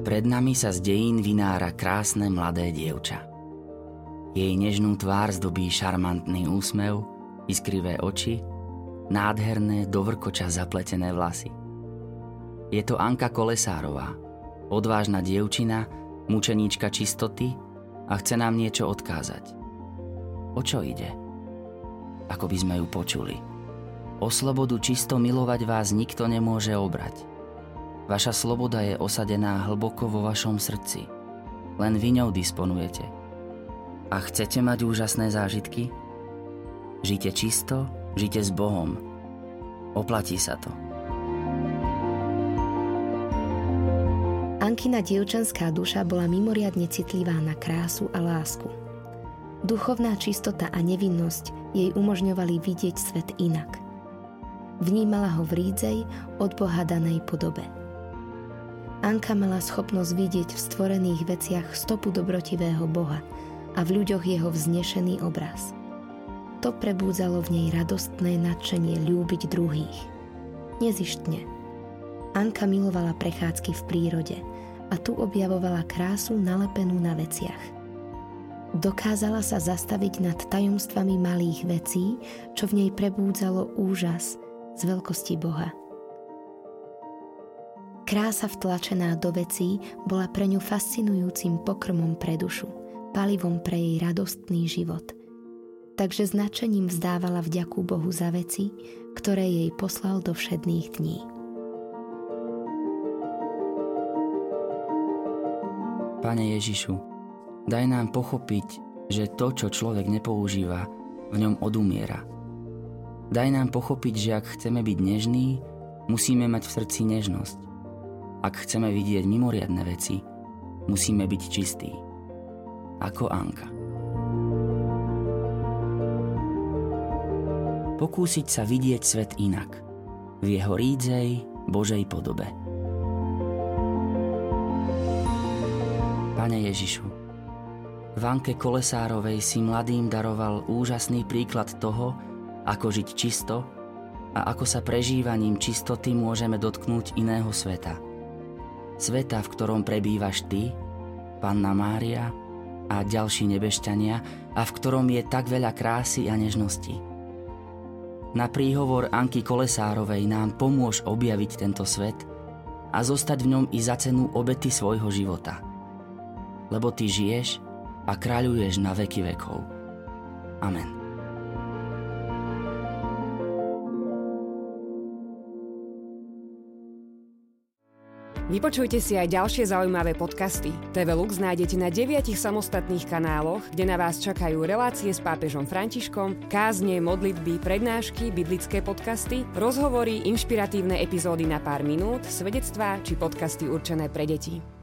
Pred nami sa z dejín vynára krásne mladé dievča. Jej nežnú tvár zdobí šarmantný úsmev, iskrivé oči, nádherné do vrkoča zapletené vlasy. Je to Anka Kolesárová, odvážna dievčina, mučeníčka čistoty a chce nám niečo odkázať. O čo ide? Ako by sme ju počuli. O slobodu čisto milovať vás nikto nemôže obrať. Vaša sloboda je osadená hlboko vo vašom srdci. Len vy ňou disponujete. A chcete mať úžasné zážitky? Žite čisto, žite s Bohom. Oplatí sa to. Ankina dievčanská duša bola mimoriadne citlivá na krásu a lásku. Duchovná čistota a nevinnosť jej umožňovali vidieť svet inak. Vnímala ho v rídzej, od Boha danej podobe. Anka mala schopnosť vidieť v stvorených veciach stopu dobrotivého Boha a v ľuďoch jeho vznešený obraz. To prebúdzalo v nej radostné nadšenie ľúbiť druhých. Nezištne. Anka milovala prechádzky v prírode a tu objavovala krásu nalepenú na veciach. Dokázala sa zastaviť nad tajomstvami malých vecí, čo v nej prebúdzalo úžas z veľkosti Boha. Krása vtlačená do vecí bola pre ňu fascinujúcim pokrmom pre dušu, palivom pre jej radostný život. Takže s nadšením vzdávala vďaku Bohu za veci, ktoré jej poslal do všedných dní. Pane Ježišu, daj nám pochopiť, že to, čo človek nepoužíva, v ňom odumiera. Daj nám pochopiť, že ak chceme byť nežní, musíme mať v srdci nežnosť. Ak chceme vidieť mimoriadne veci, musíme byť čistí. Ako Anka. Pokúsiť sa vidieť svet inak. V jeho rídzej, Božej podobe. Pane Ježišu, v Anke Kolesárovej si mladým daroval úžasný príklad toho, ako žiť čisto a ako sa prežívaním čistoty môžeme dotknúť iného sveta. Sveta, v ktorom prebývaš ty, Panna Mária a ďalší nebešťania a v ktorom je tak veľa krásy a nežnosti. Na príhovor Anky Kolesárovej nám pomôž objaviť tento svet a zostať v ňom i za cenu obety svojho života. Lebo ty žiješ a kráľuješ na veky vekov. Amen. Vypočujte si aj ďalšie zaujímavé podcasty. TV Lux nájdete na 9 samostatných kanáloch, kde na vás čakajú relácie s pápežom Františkom, kázne, modlitby, prednášky, biblické podcasty, rozhovory, inšpiratívne epizódy na pár minút, svedectvá či podcasty určené pre deti.